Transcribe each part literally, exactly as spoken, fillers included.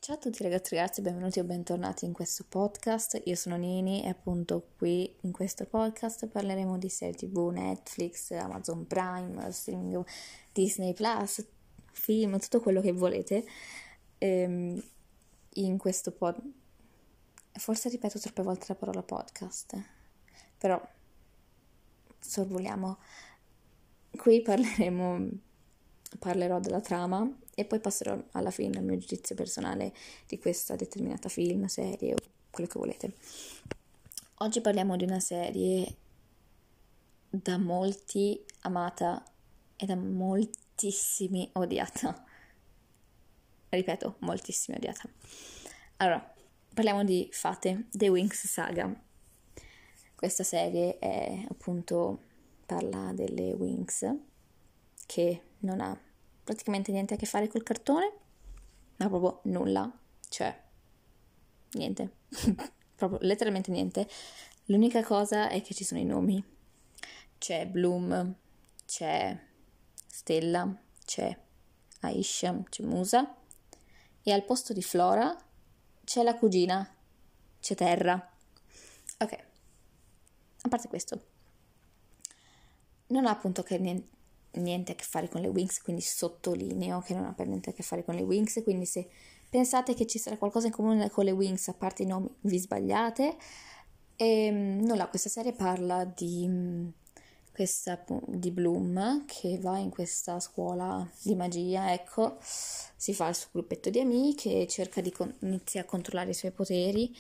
Ciao a tutti ragazzi e ragazzi, benvenuti o bentornati in questo podcast. Io sono Nini e appunto qui in questo podcast parleremo di serie tv, Netflix, Amazon Prime, streaming, Disney Plus, film, tutto quello che volete. Ehm, in questo pod... Forse ripeto troppe volte la parola podcast, però sorvoliamo. Qui parleremo, parlerò della trama e poi passerò alla fine al mio giudizio personale di questa determinata film, serie o quello che volete. Oggi parliamo di una serie da molti amata e da moltissimi odiata. Ripeto, moltissimi odiata. Allora, parliamo di Fate, The Winx Saga. Questa serie è appunto, parla delle Winx, che non ha praticamente niente a che fare col cartone, ma proprio nulla, cioè niente, proprio letteralmente niente. L'unica cosa è che ci sono i nomi, c'è Bloom, c'è Stella, c'è Aisha, c'è Musa e al posto di Flora c'è la cugina, c'è Terra. Ok, a parte questo, non ha appunto che niente niente a che fare con le Winx, quindi sottolineo che non ha per niente a che fare con le Winx, quindi se pensate che ci sarà qualcosa in comune con le Winx a parte i nomi, vi sbagliate. E nulla, questa serie parla di questa di Bloom che va in questa scuola di magia, ecco, si fa il suo gruppetto di amiche, cerca di con- inizia a controllare i suoi poteri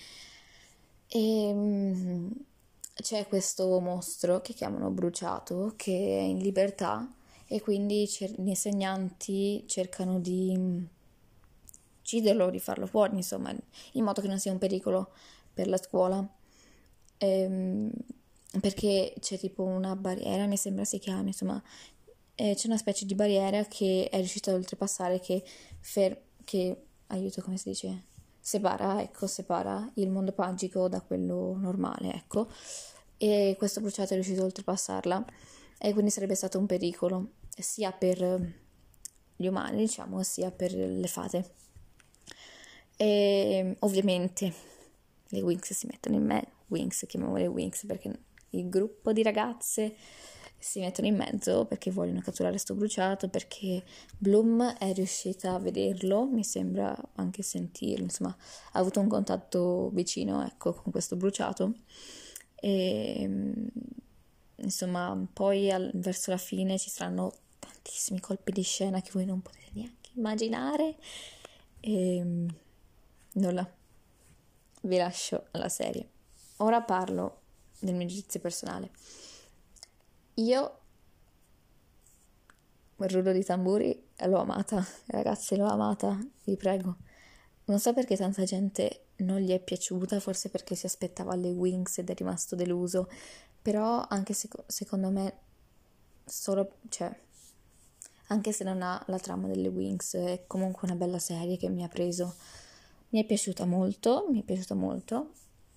e c'è questo mostro che chiamano Bruciato che è in libertà e quindi cer- gli insegnanti cercano di ucciderlo, di farlo fuori, insomma, in modo che non sia un pericolo per la scuola. Ehm, perché c'è tipo una barriera, mi sembra si chiami, insomma, eh, c'è una specie di barriera che è riuscita ad oltrepassare che, fer- che aiuto, come si dice? Separa, ecco, separa il mondo magico da quello normale, ecco. E questo Bruciato è riuscito ad oltrepassarla e quindi sarebbe stato un pericolo sia per gli umani, diciamo, sia per le fate. E ovviamente le Winx si mettono in mezzo, Winx, chiamiamole Winx perché il gruppo di ragazze si mettono in mezzo perché vogliono catturare sto Bruciato, perché Bloom è riuscita a vederlo, mi sembra anche sentirlo, insomma ha avuto un contatto vicino, ecco, con questo Bruciato e insomma poi al, verso la fine ci saranno tantissimi colpi di scena che voi non potete neanche immaginare e nulla, vi lascio alla serie. Ora parlo del mio giudizio personale. Io il rullo di tamburi l'ho amata, ragazzi, l'ho amata, vi prego. Non so perché tanta gente non gli è piaciuta, forse perché si aspettava le Winx ed è rimasto deluso, però anche sec- secondo me solo, cioè, anche se non ha la trama delle Winx, è comunque una bella serie che mi ha preso, mi è piaciuta molto, mi è piaciuta molto.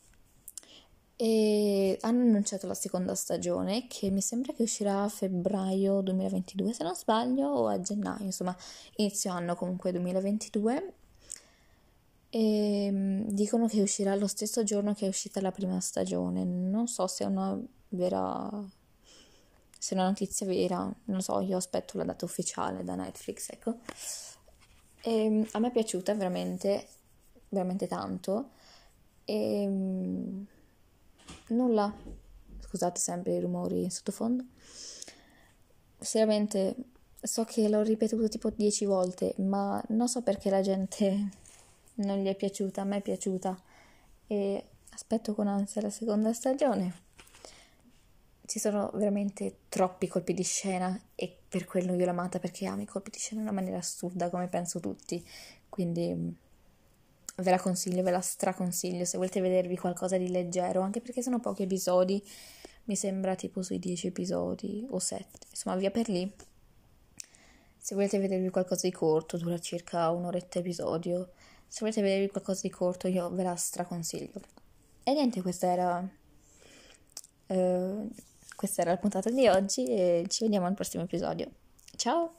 E hanno annunciato la seconda stagione che mi sembra che uscirà a febbraio duemilaventidue se non sbaglio o a gennaio, insomma inizio anno comunque duemilaventidue e dicono che uscirà lo stesso giorno che è uscita la prima stagione. Non so se è una vera, se è una notizia vera, non lo so, io aspetto la data ufficiale da Netflix, ecco. E a me è piaciuta veramente veramente tanto e nulla, scusate sempre i rumori in sottofondo, seriamente so che l'ho ripetuto tipo dieci volte ma non so perché la gente non gli è piaciuta, a me è piaciuta e aspetto con ansia la seconda stagione. Ci sono veramente troppi colpi di scena e per quello io l'ho amata, perché ama i colpi di scena in una maniera assurda come penso tutti, quindi ve la consiglio, ve la straconsiglio se volete vedervi qualcosa di leggero, anche perché sono pochi episodi, mi sembra tipo sui dieci episodi o sette, insomma via per lì. Se volete vedervi qualcosa di corto, dura circa un'oretta episodio, se volete vedervi qualcosa di corto io ve la straconsiglio. E niente, questa era eh, questa era la puntata di oggi e ci vediamo al prossimo episodio. Ciao!